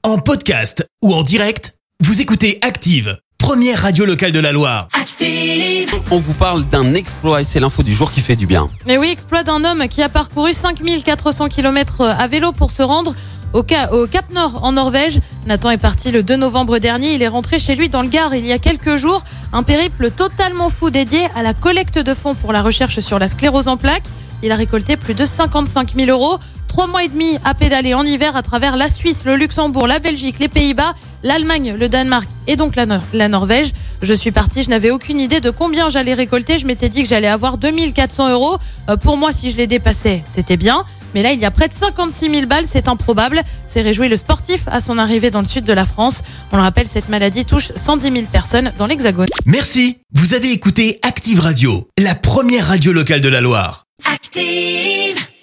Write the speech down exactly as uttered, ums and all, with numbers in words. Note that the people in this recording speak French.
En podcast ou en direct, vous écoutez Active, première radio locale de la Loire. Active. On vous parle d'un exploit et c'est l'info du jour qui fait du bien. Mais oui, exploit d'un homme qui a parcouru cinq mille quatre cents kilomètres à vélo pour se rendre au, Ca- au Cap Nord en Norvège. Nathan est parti le deux novembre dernier. Il est rentré chez lui dans le Gard il y a quelques jours. Un périple totalement fou dédié à la collecte de fonds pour la recherche sur la sclérose en plaques. Il a récolté plus de cinquante-cinq mille euros. Trois mois et demi à pédaler en hiver à travers la Suisse, le Luxembourg, la Belgique, les Pays-Bas, l'Allemagne, le Danemark et donc la, Nor- la Norvège. Je suis partie, je n'avais aucune idée de combien j'allais récolter. Je m'étais dit que j'allais avoir deux mille quatre cents euros. Euh, pour moi, si je les dépassais, c'était bien. Mais là, il y a près de cinquante-six mille balles, c'est improbable. C'est réjoui le sportif à son arrivée dans le sud de la France. On le rappelle, cette maladie touche cent dix mille personnes dans l'Hexagone. Merci, vous avez écouté Active Radio, la première radio locale de la Loire. Active.